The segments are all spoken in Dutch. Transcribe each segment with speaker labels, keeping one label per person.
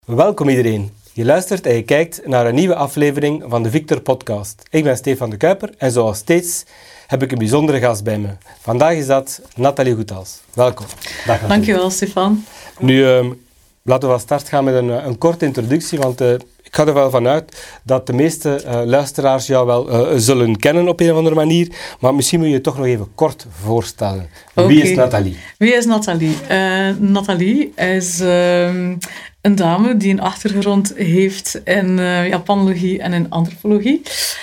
Speaker 1: Welkom iedereen. Je luistert en je kijkt naar een nieuwe aflevering van de Victor Podcast. Ik ben Stefan de Kuiper en zoals steeds heb ik een bijzondere gast bij me. Vandaag is dat Nathalie Goethals. Welkom.
Speaker 2: Dag, dankjewel, Stefan.
Speaker 1: Nu, laten we van start gaan met een korte introductie, want ik ga er wel vanuit dat de meeste luisteraars jou wel zullen kennen op een of andere manier, maar misschien moet je je toch nog even kort voorstellen.
Speaker 2: Okay.
Speaker 1: Wie is Nathalie?
Speaker 2: Wie is Nathalie? Nathalie is een dame die een achtergrond heeft in Japanologie en in antropologie.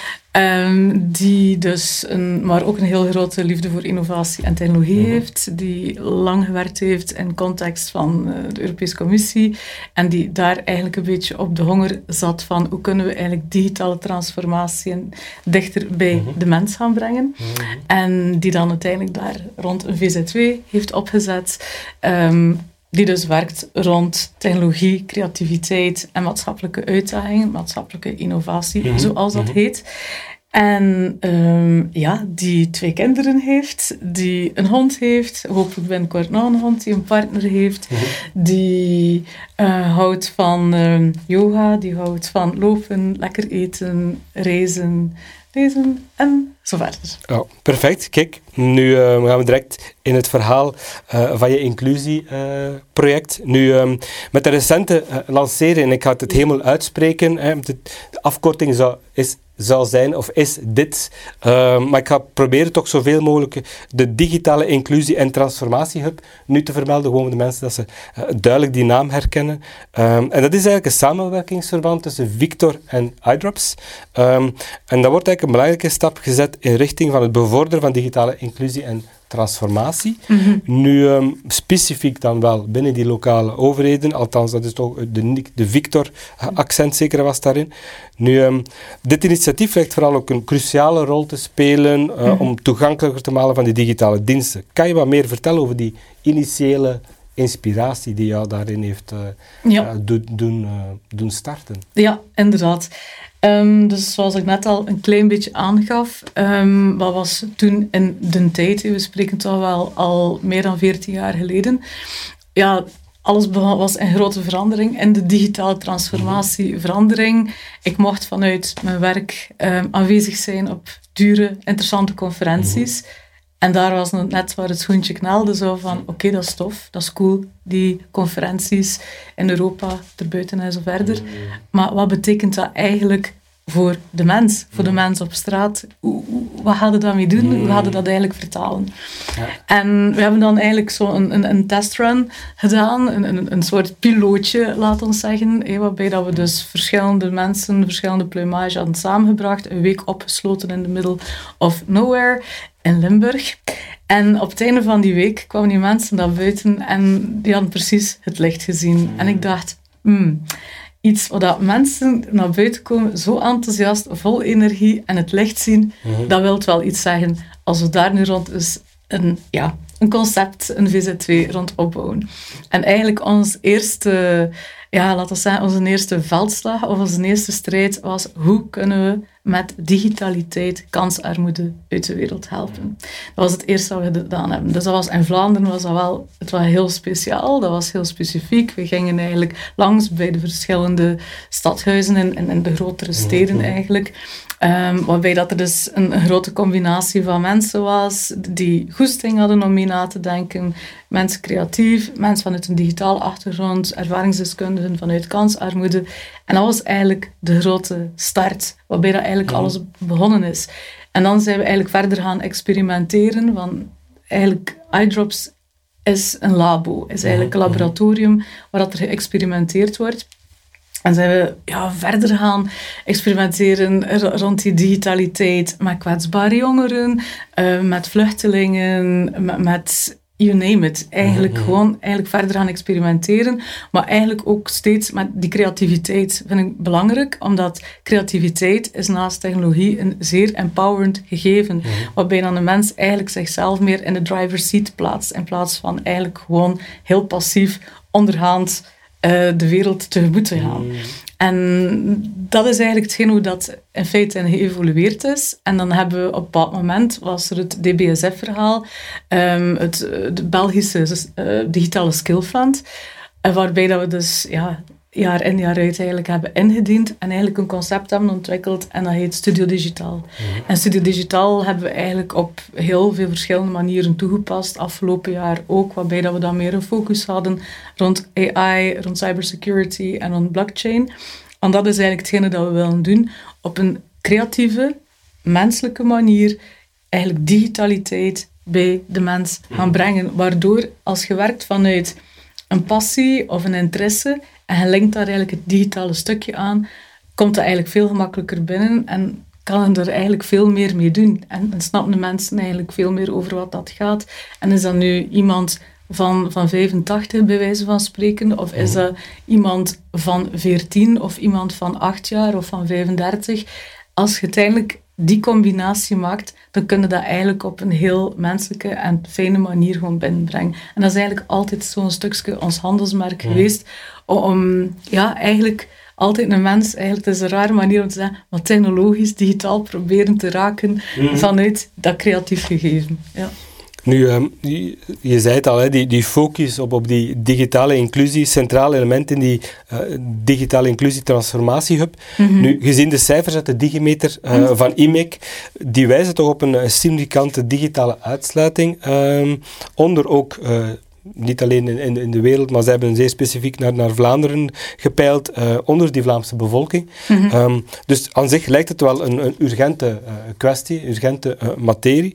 Speaker 2: Die dus maar ook een heel grote liefde voor innovatie en technologie heeft, die lang gewerkt heeft in context van de Europese Commissie en die daar eigenlijk een beetje op de honger zat van hoe kunnen we eigenlijk digitale transformatie dichter bij de mens gaan brengen. En die dan uiteindelijk daar rond een VZ2 heeft opgezet, die dus werkt rond technologie, creativiteit en maatschappelijke uitdagingen, maatschappelijke innovatie, zoals dat heet. En die 2 kinderen heeft, die een hond heeft, hopelijk binnenkort nog een hond, die een partner heeft, die houdt van yoga, die houdt van lopen, lekker eten, reizen, lezen en zo verder.
Speaker 1: Oh, perfect. Kijk, nu gaan we direct in het verhaal van je inclusieproject. Nu, met de recente lancering, en ik ga het helemaal uitspreken, de afkorting zou zijn, of is dit, maar ik ga proberen toch zoveel mogelijk de digitale inclusie en transformatiehub nu te vermelden, gewoon de mensen dat ze duidelijk die naam herkennen. En dat is eigenlijk een samenwerkingsverband tussen Victor en iDrops. En dat wordt eigenlijk een belangrijke stap gezet in richting van het bevorderen van digitale inclusie en transformatie. Nu, specifiek dan wel binnen die lokale overheden, althans dat is toch de Victor-accent zeker was daarin. Nu, dit initiatief lijkt vooral ook een cruciale rol te spelen om toegankelijker te maken van die digitale diensten. Kan je wat meer vertellen over die initiële inspiratie die jou daarin heeft doen starten?
Speaker 2: Ja, inderdaad. Dus zoals ik net al een klein beetje aangaf, wat was toen in de tijd, we spreken toch wel al meer dan 14 jaar geleden, ja, alles was in grote verandering, in de digitale transformatie verandering. Ik mocht vanuit mijn werk aanwezig zijn op dure, interessante conferenties. En daar was net waar het schoentje knalde, zo van, oké, dat is tof, dat is cool, die conferenties in Europa, erbuiten en zo verder. Maar wat betekent dat eigenlijk voor de mens, voor de mens op straat? Wat gaan we daarmee doen? Hoe gaan we dat eigenlijk vertalen? Ja. En we hebben dan eigenlijk zo een testrun gedaan, een soort pilootje, laat ons zeggen, waarbij dat we dus verschillende mensen, verschillende plumage hadden samengebracht, een week opgesloten in the middle of nowhere in Limburg. En op het einde van die week kwamen die mensen naar buiten en die hadden precies het licht gezien. En ik dacht, iets wat mensen naar buiten komen, zo enthousiast, vol energie en het licht zien, dat wil wel iets zeggen als we daar nu rond dus een concept, een VZ2 rond opbouwen. En eigenlijk onze eerste veldslag of onze eerste strijd was, hoe kunnen we met digitaliteit kansarmoede uit de wereld helpen. Dat was het eerste wat we gedaan hebben. Dus dat was in Vlaanderen, het was heel speciaal, dat was heel specifiek. We gingen eigenlijk langs bij de verschillende stadhuizen en de grotere steden eigenlijk. Waarbij dat er dus een grote combinatie van mensen was die goesting hadden om mee na te denken. Mensen creatief, mensen vanuit een digitale achtergrond, ervaringsdeskundigen vanuit kansarmoede. En dat was eigenlijk de grote start, waarbij dat eigenlijk alles begonnen is. En dan zijn we eigenlijk verder gaan experimenteren, van eigenlijk iDrops is een labo, is eigenlijk een laboratorium waar dat er geëxperimenteerd wordt. En zijn we verder gaan experimenteren rond die digitaliteit met kwetsbare jongeren, met vluchtelingen, met you name it. Eigenlijk gewoon verder gaan experimenteren, maar eigenlijk ook steeds met die creativiteit vind ik belangrijk, omdat creativiteit is naast technologie een zeer empowerend gegeven, waarbij dan de mens eigenlijk zichzelf meer in de driver's seat plaatst, in plaats van eigenlijk gewoon heel passief ondergaand de wereld tegemoet te gaan. En dat is eigenlijk hetgeen hoe dat in feite geëvolueerd is. En dan hebben we op een bepaald moment, was er het DBSF-verhaal, de Belgische digitale skill fund, waarbij dat we dus jaar in jaar uit eigenlijk hebben ingediend en eigenlijk een concept hebben ontwikkeld en dat heet Studio Digitaal. En Studio Digitaal hebben we eigenlijk op heel veel verschillende manieren toegepast, afgelopen jaar ook, waarbij dat we dan meer een focus hadden rond AI, rond cybersecurity en rond blockchain. En dat is eigenlijk hetgene dat we willen doen op een creatieve, menselijke manier, eigenlijk digitaliteit bij de mens gaan brengen, waardoor als je werkt vanuit een passie of een interesse en je linkt daar eigenlijk het digitale stukje aan, komt dat eigenlijk veel gemakkelijker binnen en kan er eigenlijk veel meer mee doen. En snappen de mensen eigenlijk veel meer over wat dat gaat. En is dat nu iemand van 85, bij wijze van spreken, of is dat iemand van 14, of iemand van 8 jaar, of van 35? Als je uiteindelijk die combinatie maakt, dan kun je dat eigenlijk op een heel menselijke en fijne manier gewoon binnenbrengen. En dat is eigenlijk altijd zo'n stukje ons handelsmerk geweest, om eigenlijk altijd een mens, eigenlijk, het is een rare manier om te zeggen, maar technologisch, digitaal proberen te raken vanuit dat creatief gegeven. Ja.
Speaker 1: Nu, je zei het al, hè, die focus op die digitale inclusie, centraal element in die digitale inclusie-transformatie-hub. Nu, gezien de cijfers uit de Digimeter van IMEC, die wijzen toch op een significante digitale uitsluiting. Onder ook... niet alleen in de wereld, maar ze hebben zeer specifiek naar Vlaanderen gepeild, onder die Vlaamse bevolking. Dus aan zich lijkt het wel een urgente kwestie, urgente materie.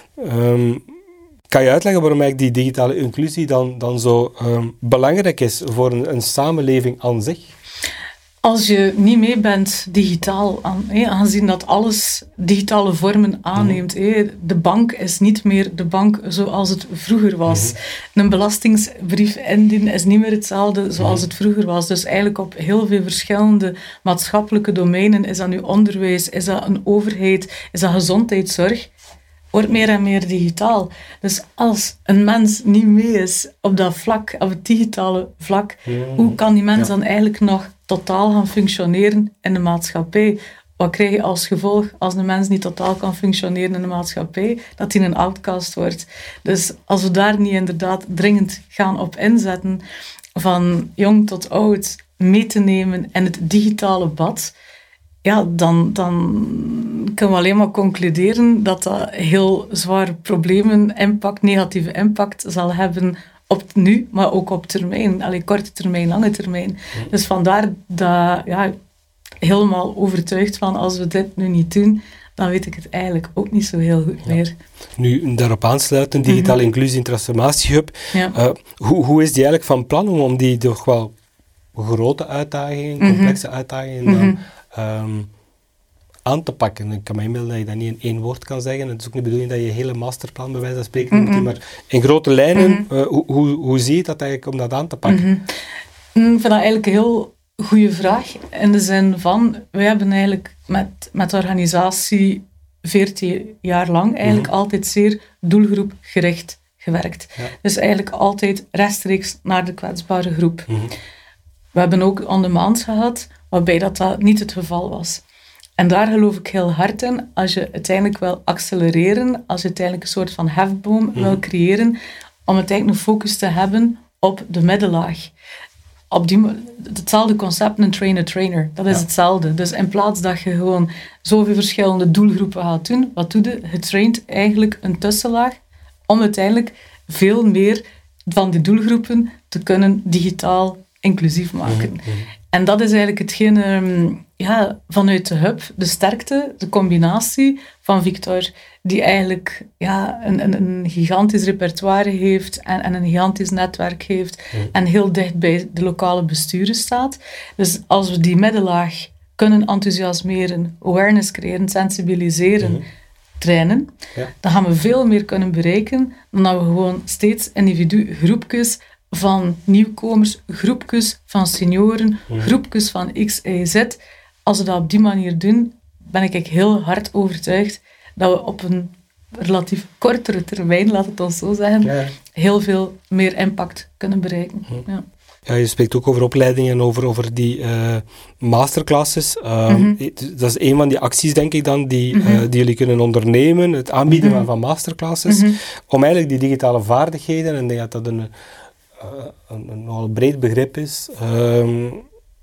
Speaker 1: Kan je uitleggen waarom eigenlijk die digitale inclusie dan zo belangrijk is voor een samenleving aan zich?
Speaker 2: Als je niet mee bent digitaal, aangezien dat alles digitale vormen aanneemt. De bank is niet meer de bank zoals het vroeger was. Een belastingsbrief indienen is niet meer hetzelfde zoals het vroeger was. Dus eigenlijk op heel veel verschillende maatschappelijke domeinen, is dat nu onderwijs, is dat een overheid, is dat gezondheidszorg, wordt meer en meer digitaal. Dus als een mens niet mee is op dat vlak, op het digitale vlak, hoe kan die mens dan eigenlijk nog totaal gaan functioneren in de maatschappij? Wat krijg je als gevolg als een mens niet totaal kan functioneren in de maatschappij? Dat hij een outcast wordt. Dus als we daar niet inderdaad dringend gaan op inzetten, van jong tot oud mee te nemen in het digitale bad, dan kunnen we alleen maar concluderen dat dat heel zware problemen, negatieve impact zal hebben op nu, maar ook op termijn. Korte termijn, lange termijn. Dus vandaar dat helemaal overtuigd van, als we dit nu niet doen, dan weet ik het eigenlijk ook niet zo heel goed meer.
Speaker 1: Nu, daarop aansluiten, digitale inclusie en transformatiehub. Hoe is die eigenlijk van plan om die toch wel grote uitdagingen, complexe uitdagingen dan aan te pakken? Ik kan me inbeelden dat je dat niet in één woord kan zeggen. Het is ook niet de bedoeling dat je hele masterplan bij wijze van spreken moet doen, maar in grote lijnen, hoe zie je dat eigenlijk om dat aan te pakken?
Speaker 2: Ik vind dat eigenlijk een heel goede vraag, in de zin van, wij hebben eigenlijk met de organisatie 14 jaar lang eigenlijk altijd zeer doelgroepgericht gewerkt. Dus eigenlijk altijd rechtstreeks naar de kwetsbare groep. We hebben ook on-demand gehad, waarbij dat niet het geval was. En daar geloof ik heel hard in, als je uiteindelijk wil accelereren, als je uiteindelijk een soort van hefboom wil creëren, om uiteindelijk een focus te hebben op de middenlaag. Hetzelfde concept, een trainer-trainer, dat is hetzelfde. Dus in plaats dat je gewoon zoveel verschillende doelgroepen gaat doen, wat doe je? Je traint eigenlijk een tussenlaag om uiteindelijk veel meer van die doelgroepen te kunnen digitaal inclusief maken. En dat is eigenlijk hetgene, vanuit de hub, de sterkte, de combinatie van Victor, die eigenlijk een gigantisch repertoire heeft en een gigantisch netwerk heeft en heel dicht bij de lokale besturen staat. Dus als we die middenlaag kunnen enthousiasmeren, awareness creëren, sensibiliseren, trainen, dan gaan we veel meer kunnen bereiken dan dat we gewoon steeds groepjes van nieuwkomers, groepjes van senioren, groepjes van X, Y, Z. Als we dat op die manier doen, ben ik heel hard overtuigd dat we op een relatief kortere termijn, laat het ons zo zeggen, heel veel meer impact kunnen bereiken.
Speaker 1: Ja, je spreekt ook over opleidingen, over die masterclasses. Dat is een van die acties, denk ik dan, die jullie kunnen ondernemen. Het aanbieden van masterclasses. Om eigenlijk die digitale vaardigheden, en ik denk dat dat een nogal breed begrip is,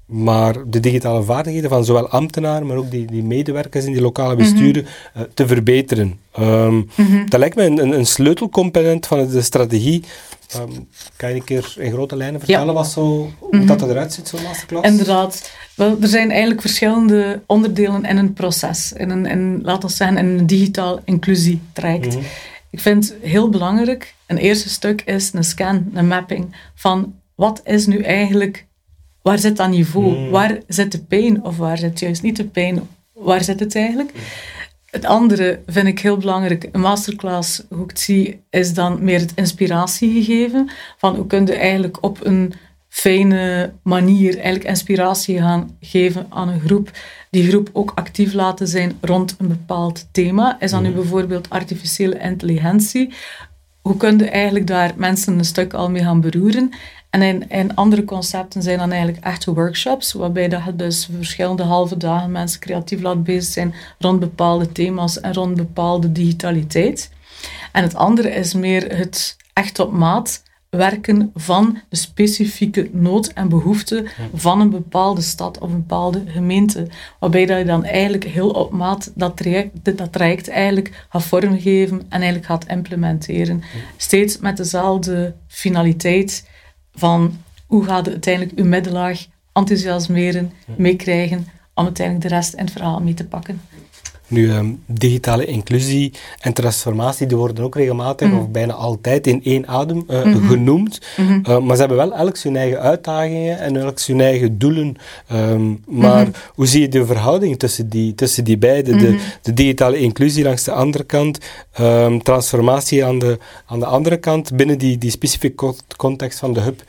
Speaker 1: maar de digitale vaardigheden van zowel ambtenaren, maar ook die medewerkers in die lokale besturen te verbeteren. Dat lijkt me een sleutelcomponent van de strategie. Kan je een keer in grote lijnen vertellen hoe dat eruit ziet, zo'n masterclass?
Speaker 2: Inderdaad. Wel, er zijn eigenlijk verschillende onderdelen in een proces. Laten we zeggen, in een digitaal inclusietraject. Ik vind heel belangrijk, een eerste stuk is een scan, een mapping van wat is nu eigenlijk, waar zit dat niveau? Waar zit de pijn of waar zit juist niet de pijn? Waar zit het eigenlijk? Het andere vind ik heel belangrijk, een masterclass, hoe ik het zie, is dan meer het inspiratie gegeven. Van hoe kun je eigenlijk op een fijne manier eigenlijk inspiratie gaan geven aan een groep. Die groep ook actief laten zijn rond een bepaald thema. Is dat nu bijvoorbeeld artificiële intelligentie? Hoe kun je eigenlijk daar mensen een stuk al mee gaan beroeren? En andere concepten zijn dan eigenlijk echte workshops, waarbij je dus verschillende halve dagen mensen creatief laat bezig zijn rond bepaalde thema's en rond bepaalde digitaliteit. En het andere is meer het echt op maat werken van de specifieke nood en behoefte van een bepaalde stad of een bepaalde gemeente. Waarbij dat je dan eigenlijk heel op maat dat traject eigenlijk gaat vormgeven en eigenlijk gaat implementeren. Steeds met dezelfde finaliteit van hoe gaat je uiteindelijk uw middenlaag enthousiasmeren, meekrijgen om uiteindelijk de rest in het verhaal mee te pakken.
Speaker 1: Nu, digitale inclusie en transformatie, die worden ook regelmatig of bijna altijd in één adem genoemd. Maar ze hebben wel elk zijn eigen uitdagingen en elk zijn eigen doelen. Maar hoe zie je de verhouding tussen die beide? De digitale inclusie langs de andere kant, transformatie aan de andere kant, binnen die specifieke context van de hub.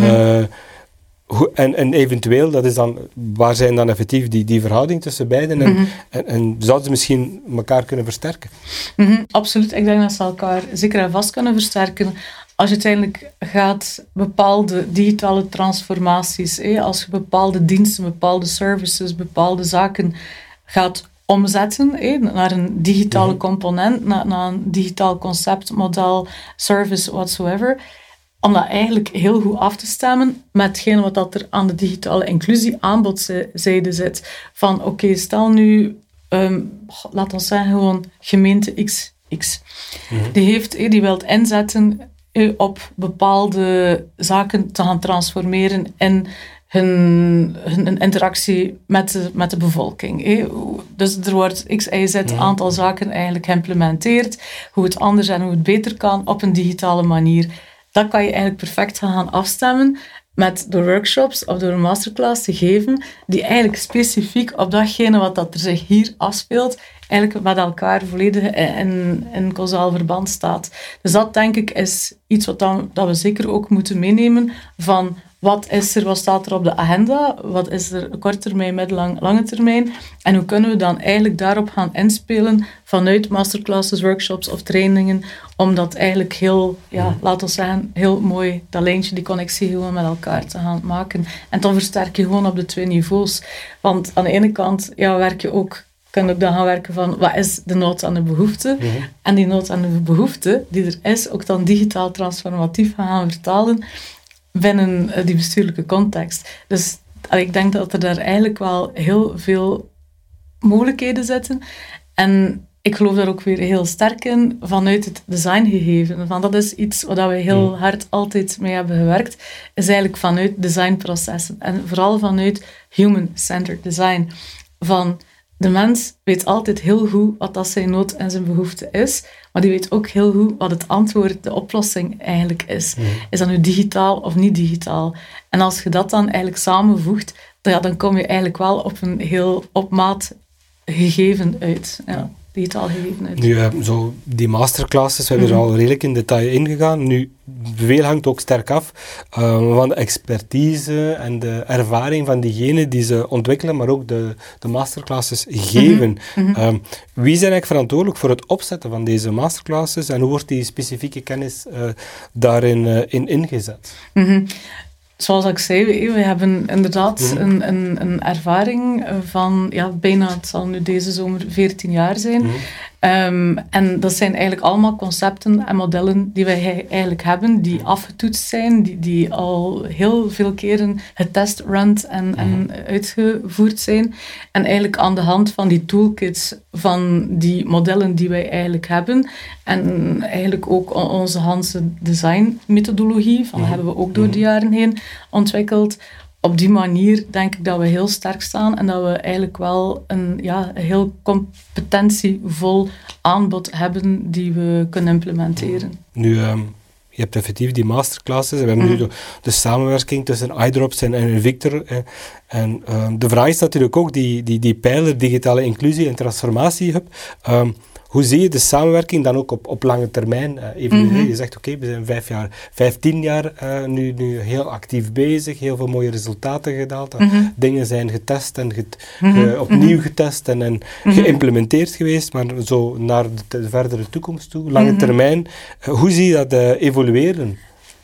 Speaker 1: En eventueel, dat is dan, waar zijn dan effectief die verhouding tussen beiden en zouden ze misschien elkaar kunnen versterken?
Speaker 2: Absoluut, ik denk dat ze elkaar zeker en vast kunnen versterken. Als je uiteindelijk gaat bepaalde digitale transformaties, als je bepaalde diensten, bepaalde services, bepaalde zaken gaat omzetten naar een digitale component, naar een digitaal concept, model, service, whatsoever, om dat eigenlijk heel goed af te stemmen met hetgene wat dat er aan de digitale inclusie aanbodzijde zit. Van oké, stel nu, laat ons zeggen gewoon gemeente XX. Die wil inzetten op bepaalde zaken te gaan transformeren in hun interactie met de bevolking. Dus er wordt x, y, z aantal zaken eigenlijk geïmplementeerd, hoe het anders en hoe het beter kan op een digitale manier. Dat kan je eigenlijk perfect gaan afstemmen met door workshops of door een masterclass te geven, die eigenlijk specifiek op datgene wat dat er zich hier afspeelt, eigenlijk met elkaar volledig in causaal verband staat. Dus dat, denk ik, is iets dat we zeker ook moeten meenemen van wat staat er op de agenda, wat is er korte termijn, middellang, lange termijn en hoe kunnen we dan eigenlijk daarop gaan inspelen vanuit masterclasses, workshops of trainingen, om dat eigenlijk heel, laten we zeggen, heel mooi, dat lijntje, die connectie gewoon met elkaar te gaan maken. En dan versterk je gewoon op de twee niveaus. Want aan de ene kant kan ook dan gaan werken van wat is de nood aan de behoefte. En die nood aan de behoefte die er is, ook dan digitaal transformatief gaan vertalen binnen die bestuurlijke context. Dus ik denk dat er daar eigenlijk wel heel veel mogelijkheden zitten. En ik geloof daar ook weer heel sterk in vanuit het designgegeven. Van dat is iets waar we heel hard altijd mee hebben gewerkt, is eigenlijk vanuit designprocessen. En vooral vanuit human-centered design. Van de mens weet altijd heel goed wat dat zijn nood en zijn behoefte is, maar die weet ook heel goed wat het antwoord, de oplossing eigenlijk is. Is dat nu digitaal of niet digitaal? En als je dat dan eigenlijk samenvoegt, dan kom je eigenlijk wel op een heel op maat gegeven uit. Ja, digitaal gegeven uit.
Speaker 1: Nu, zo die masterclasses, we hebben er al redelijk in detail ingegaan. Nu, veel hangt ook sterk af van de expertise en de ervaring van diegenen die ze ontwikkelen, maar ook de masterclasses geven. Wie zijn eigenlijk verantwoordelijk voor het opzetten van deze masterclasses en hoe wordt die specifieke kennis daarin ingezet?
Speaker 2: Zoals ik zei, we hebben inderdaad een ervaring van bijna, het zal nu deze zomer 14 jaar zijn. En dat zijn eigenlijk allemaal concepten en modellen die wij eigenlijk hebben, die afgetoetst zijn, die al heel veel keren getest-rund en uitgevoerd zijn. En eigenlijk aan de hand van die toolkits, van die modellen die wij eigenlijk hebben, en eigenlijk ook onze Hanse design-methodologie, dat hebben we ook door de jaren heen ontwikkeld. Op die manier denk ik dat we heel sterk staan en dat we eigenlijk wel een heel competentievol aanbod hebben die we kunnen implementeren.
Speaker 1: Nu, je hebt effectief die masterclasses en we hebben nu de samenwerking tussen iDrops en Victor. En de vraag is natuurlijk ook die pijler digitale inclusie en transformatie hub. Hoe zie je de samenwerking dan ook op lange termijn evolueren? Je zegt oké, we zijn 15 jaar nu heel actief bezig, heel veel mooie resultaten gedaald. Dingen zijn getest en opnieuw getest en geïmplementeerd geweest, maar zo naar de verdere toekomst toe, lange termijn. Hoe zie je dat evolueren?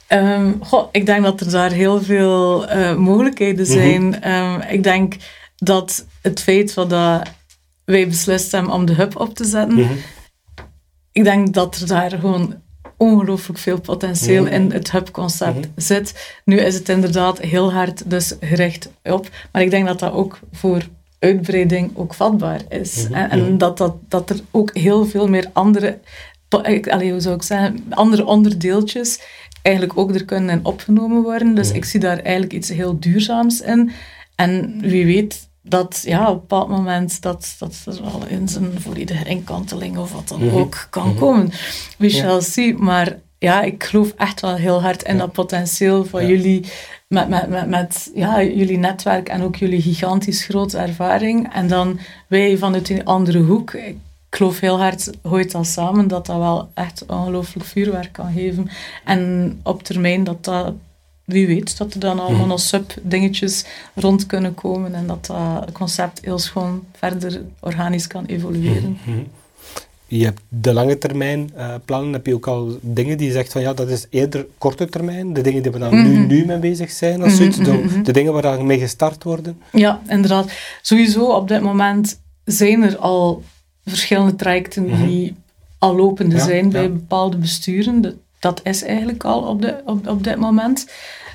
Speaker 2: Ik denk dat er daar heel veel mogelijkheden zijn. Ik denk dat het feit dat wij beslist hebben om de hub op te zetten. Ik denk dat er daar gewoon ongelooflijk veel potentieel in het hub-concept zit. Nu is het inderdaad heel hard dus gericht op, maar ik denk dat dat ook voor uitbreiding ook vatbaar is. En dat er ook heel veel meer andere, hoe zou ik zeggen, andere onderdeeltjes eigenlijk ook er kunnen in opgenomen worden. Dus ik zie daar eigenlijk iets heel duurzaams in. En wie weet dat op een bepaald moment dat er wel in zijn volledige inkanteling of wat dan ook kan komen. We shall see. Maar ik geloof echt wel heel hard in dat potentieel van jullie met jullie netwerk en ook jullie gigantisch grote ervaring. En dan wij vanuit een andere hoek. Ik geloof heel hard, gooit dat samen, dat wel echt ongelooflijk vuurwerk kan geven. En op termijn dat wie weet, dat er dan allemaal nog sub-dingetjes rond kunnen komen en dat dat concept heel schoon verder organisch kan evolueren.
Speaker 1: Je hebt de lange termijn plannen, heb je ook al dingen die je zegt van dat is eerder korte termijn, de dingen die we dan nu mee bezig zijn, als zoiets, de dingen waar dan mee gestart worden?
Speaker 2: Ja, inderdaad. Sowieso op dit moment zijn er al verschillende trajecten die al lopende zijn bij bepaalde besturen. Dat is eigenlijk al op dit moment.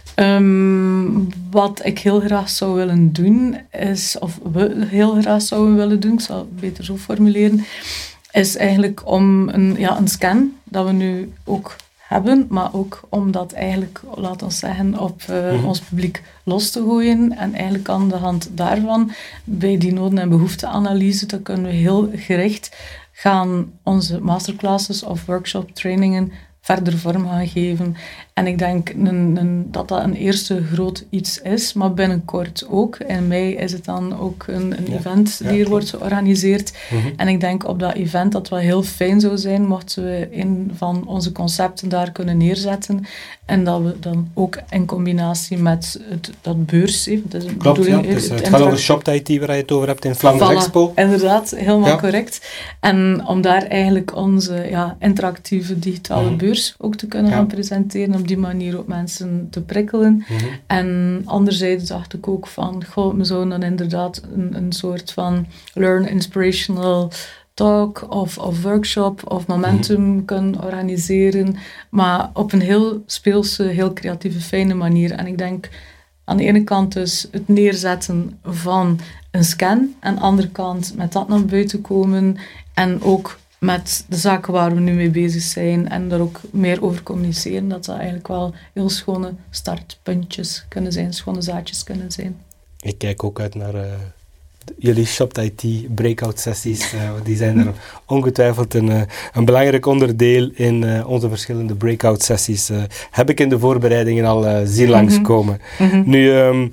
Speaker 2: Wat ik heel graag zou willen doen is, of we heel graag zouden willen doen, ik zal het beter zo formuleren, is eigenlijk om een scan dat we nu ook hebben, maar ook om dat eigenlijk, laten we zeggen, op ons publiek los te gooien en eigenlijk aan de hand daarvan, bij die noden- en behoefteanalyse, dan kunnen we heel gericht gaan onze masterclasses of workshop trainingen verder vorm gaan geven. En ik denk dat dat een eerste groot iets is, maar binnenkort ook. In mei is het dan ook een event die er wordt georganiseerd. En ik denk op dat event dat wel heel fijn zou zijn mochten we een van onze concepten daar kunnen neerzetten. En dat we dan ook in combinatie met dat beurs...
Speaker 1: Klopt, het gaat over Shop IT waar je het over hebt in Vlaanderen Expo.
Speaker 2: Inderdaad, helemaal correct. En om daar eigenlijk onze interactieve digitale beurs ook te kunnen gaan presenteren, op die manier ook mensen te prikkelen. En anderzijds dacht ik ook van, we zouden dan inderdaad een soort van learn inspirational talk of workshop of momentum kunnen organiseren, maar op een heel speelse, heel creatieve, fijne manier. En ik denk aan de ene kant dus het neerzetten van een scan, aan de andere kant met dat naar buiten komen en ook met de zaken waar we nu mee bezig zijn en daar ook meer over communiceren, dat eigenlijk wel heel schone startpuntjes kunnen zijn, schone zaadjes kunnen zijn.
Speaker 1: Ik kijk ook uit naar jullie Shop IT breakout sessies. Die zijn er ongetwijfeld een belangrijk onderdeel in onze verschillende breakout sessies. Heb ik in de voorbereidingen al zien langskomen. Nu,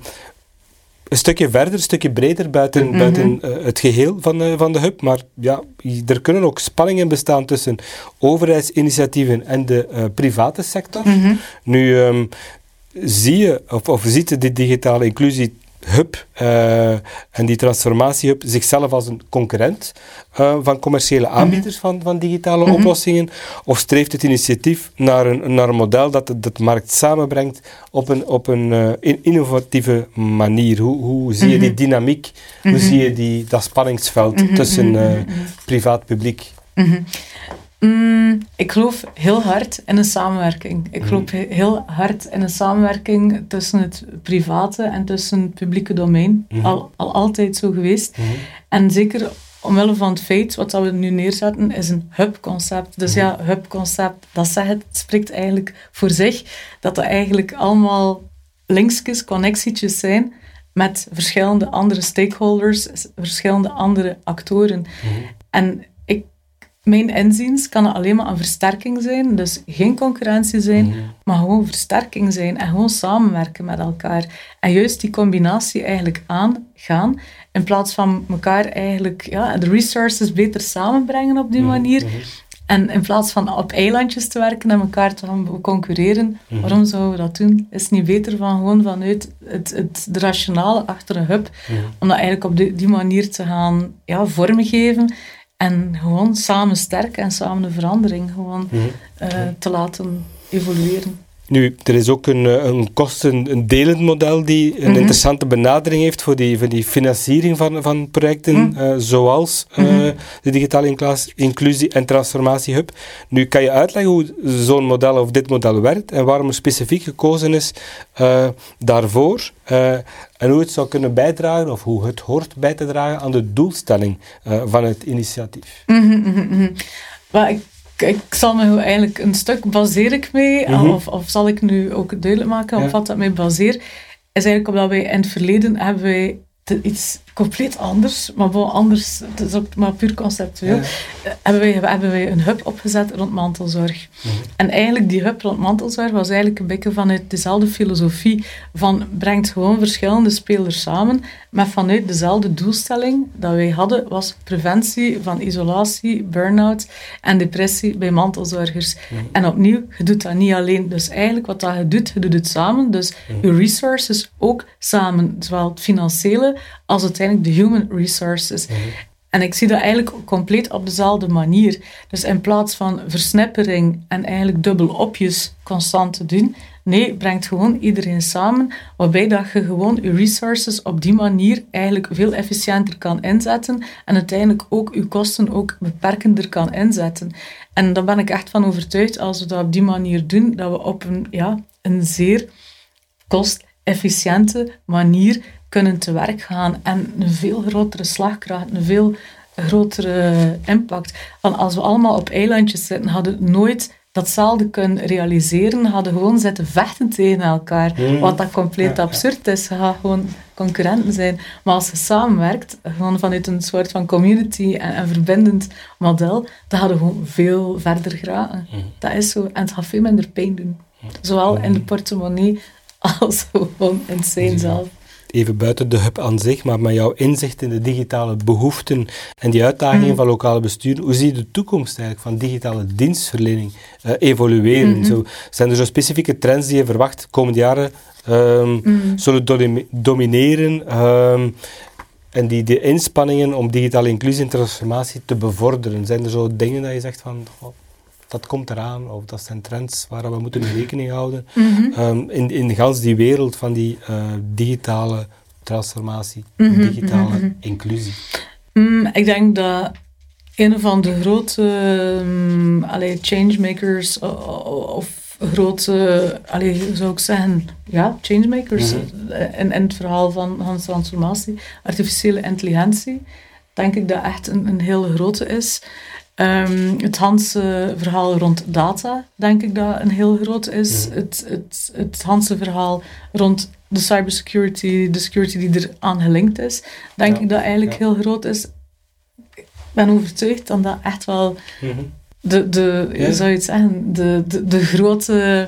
Speaker 1: een stukje verder, een stukje breder buiten het geheel van de hub. Maar er kunnen ook spanningen bestaan tussen overheidsinitiatieven en de private sector. Nu zie je, of ziet de digitale inclusie hub en die transformatie-hub zichzelf als een concurrent van commerciële aanbieders van digitale oplossingen? Of streeft het initiatief naar een model dat de markt samenbrengt op een innovatieve manier? Hoe zie je die dynamiek? Hoe zie je dat spanningsveld tussen privaat-publiek?
Speaker 2: Ik geloof heel hard in een samenwerking. Ik geloof heel hard in een samenwerking tussen het private en tussen het publieke domein. Al altijd zo geweest. En zeker omwille van het feit, wat we nu neerzetten, is een hub-concept. Dus ja, hub-concept, dat zegt het, spreekt eigenlijk voor zich. Dat eigenlijk allemaal linkjes, connectietjes zijn met verschillende andere stakeholders, verschillende andere actoren. En mijn inziens kan het alleen maar een versterking zijn, dus geen concurrentie zijn, maar gewoon versterking zijn en gewoon samenwerken met elkaar. En juist die combinatie eigenlijk aangaan, in plaats van elkaar eigenlijk de resources beter samenbrengen op die manier. En in plaats van op eilandjes te werken en elkaar te gaan concurreren, waarom zouden we dat doen? Is het niet beter van gewoon vanuit de rationale achter een hub, om dat eigenlijk op die manier te gaan vormgeven en gewoon samen sterk en samen de verandering gewoon te laten evolueren.
Speaker 1: Nu, er is ook een een delend model die een interessante benadering heeft voor die financiering van projecten, zoals de digitale inclusie en transformatie hub. Nu, kan je uitleggen hoe zo'n model of dit model werkt en waarom er specifiek gekozen is daarvoor en hoe het zou kunnen bijdragen of hoe het hoort bij te dragen aan de doelstelling van het initiatief?
Speaker 2: Maar ik zal me eigenlijk een stuk baseer ik mee, of zal ik nu ook duidelijk maken op wat dat mij baseert, is eigenlijk omdat wij in het verleden hebben wij iets compleet anders, maar wel anders, het is ook maar puur conceptueel, hebben wij een hub opgezet rond mantelzorg. En eigenlijk die hub rond mantelzorg was eigenlijk een beetje vanuit dezelfde filosofie van brengt gewoon verschillende spelers samen, maar vanuit dezelfde doelstelling dat wij hadden, was preventie van isolatie, burn-out en depressie bij mantelzorgers. En opnieuw, je doet dat niet alleen. Dus eigenlijk wat dat je doet het samen. Dus je resources ook samen, zowel het financiële als uiteindelijk de human resources. En ik zie dat eigenlijk compleet op dezelfde manier. Dus in plaats van versnippering en eigenlijk dubbelopjes constant te doen, nee, brengt gewoon iedereen samen, waarbij dat je gewoon je resources op die manier eigenlijk veel efficiënter kan inzetten en uiteindelijk ook je kosten ook beperkender kan inzetten. En daar ben ik echt van overtuigd, als we dat op die manier doen, dat we op een zeer kostefficiënte manier kunnen te werk gaan en een veel grotere slagkracht, een veel grotere impact. Want als we allemaal op eilandjes zitten, hadden we nooit datzelfde kunnen realiseren, hadden gewoon zitten vechten tegen elkaar, wat dat compleet absurd is. Je gaat gewoon concurrenten zijn. Maar als je samenwerkt, gewoon vanuit een soort van community en verbindend model, dan gaan we gewoon veel verder geraken. Dat is zo. En het gaat veel minder pijn doen. Zowel in de portemonnee als gewoon in het zijn zelf.
Speaker 1: Even buiten de hub aan zich, maar met jouw inzicht in de digitale behoeften en die uitdagingen van lokale bestuur, hoe zie je de toekomst eigenlijk van digitale dienstverlening evolueren? Zijn er zo specifieke trends die je verwacht de komende jaren zullen domineren en die de inspanningen om digitale inclusie en transformatie te bevorderen? Zijn er zo dingen dat je zegt van dat komt eraan, of dat zijn trends waar we moeten mee rekening houden in gans die wereld van die digitale transformatie, digitale inclusie?
Speaker 2: Ik denk dat een van de grote changemakers of grote, zou ik zeggen, changemakers in het verhaal van transformatie, artificiële intelligentie, denk ik dat echt een hele grote is. Het Hanse verhaal rond data, denk ik dat een heel groot is. Het Hanse verhaal rond de cybersecurity, de security die er aan gelinkt is, denk ik dat eigenlijk heel groot is. Ik ben overtuigd dat dat echt wel zou je het zeggen, de grote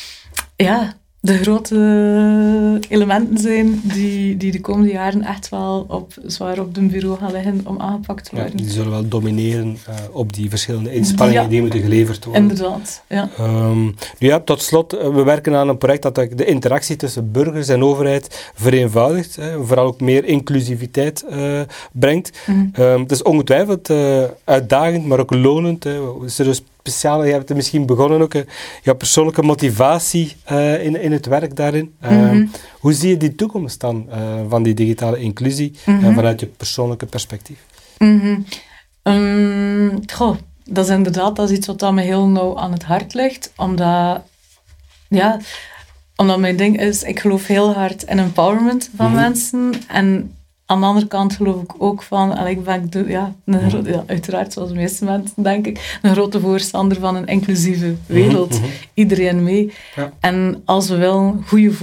Speaker 2: de grote elementen zijn die de komende jaren echt wel zwaar op de bureau gaan liggen om aangepakt te worden.
Speaker 1: Die zullen wel domineren op die verschillende inspanningen die moeten geleverd worden.
Speaker 2: Inderdaad,
Speaker 1: ja. Tot slot, we werken aan een project dat de interactie tussen burgers en overheid vereenvoudigt, vooral ook meer inclusiviteit brengt. Het is ongetwijfeld uitdagend, maar ook lonend. Is er speciaal, je hebt er misschien begonnen ook, jouw persoonlijke motivatie in het werk daarin. Hoe zie je die toekomst dan van die digitale inclusie vanuit je persoonlijke perspectief?
Speaker 2: dat is inderdaad dat is iets wat me heel nauw aan het hart ligt. Omdat mijn ding is, ik geloof heel hard in empowerment van mensen. En aan de andere kant geloof ik ook van, uiteraard zoals de meeste mensen denk ik, een grote voorstander van een inclusieve wereld. Iedereen mee. Ja. En als we wel goede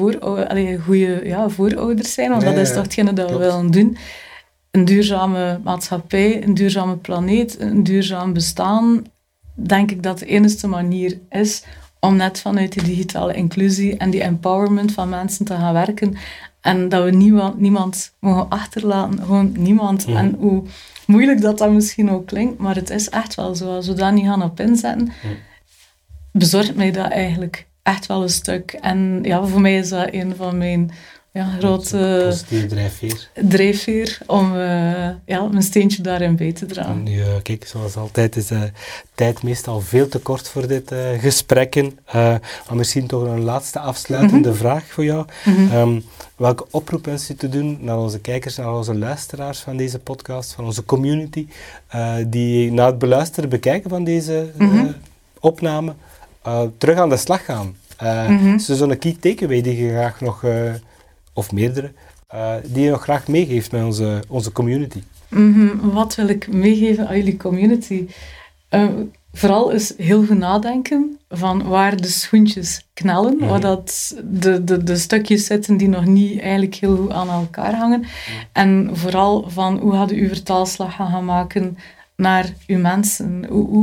Speaker 2: voorouders zijn, want dat is toch hetgene dat we willen doen, een duurzame maatschappij, een duurzame planeet, een duurzaam bestaan, denk ik dat de enige manier is om net vanuit die digitale inclusie en die empowerment van mensen te gaan werken. En dat we niemand mogen achterlaten. Gewoon niemand. En hoe moeilijk dat misschien ook klinkt, maar het is echt wel zo. Als we daar niet gaan op inzetten, bezorgt mij dat eigenlijk echt wel een stuk. En ja, voor mij is dat een van mijn grote drijfveer om mijn steentje daarin bij te dragen.
Speaker 1: Nu, kijk, zoals altijd is tijd meestal veel te kort voor dit gesprekken. Maar misschien toch een laatste afsluitende vraag voor jou. Welke oproep wens je te doen naar onze kijkers, naar onze luisteraars van deze podcast, van onze community, die na het beluisteren, bekijken van deze opname, terug aan de slag gaan? Is er zo'n key takeaway die je graag nog... of meerdere, die je nog graag meegeeft met onze community?
Speaker 2: Wat wil ik meegeven aan jullie community? Vooral eens heel goed nadenken van waar de schoentjes knellen, waar dat de stukjes zitten die nog niet eigenlijk heel goed aan elkaar hangen. En vooral van hoe gaat u uw vertaalslag gaan maken naar uw mensen?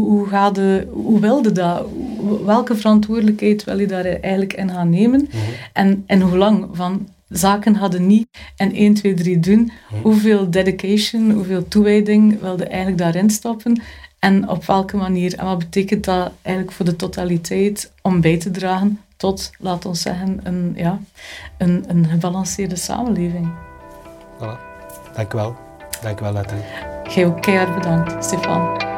Speaker 2: Hoe wilde dat? Welke verantwoordelijkheid wil je daar eigenlijk in gaan nemen? En hoe lang? Van zaken hadden niet en 1, 2, 3 doen. Hoeveel dedication, hoeveel toewijding wilde eigenlijk daarin stoppen? En op welke manier? En wat betekent dat eigenlijk voor de totaliteit om bij te dragen tot, laat ons zeggen, een gebalanceerde samenleving?
Speaker 1: Voilà. Dank u wel. Dank u wel, Nathalie.
Speaker 2: Jij ook keihard bedankt, Stefan.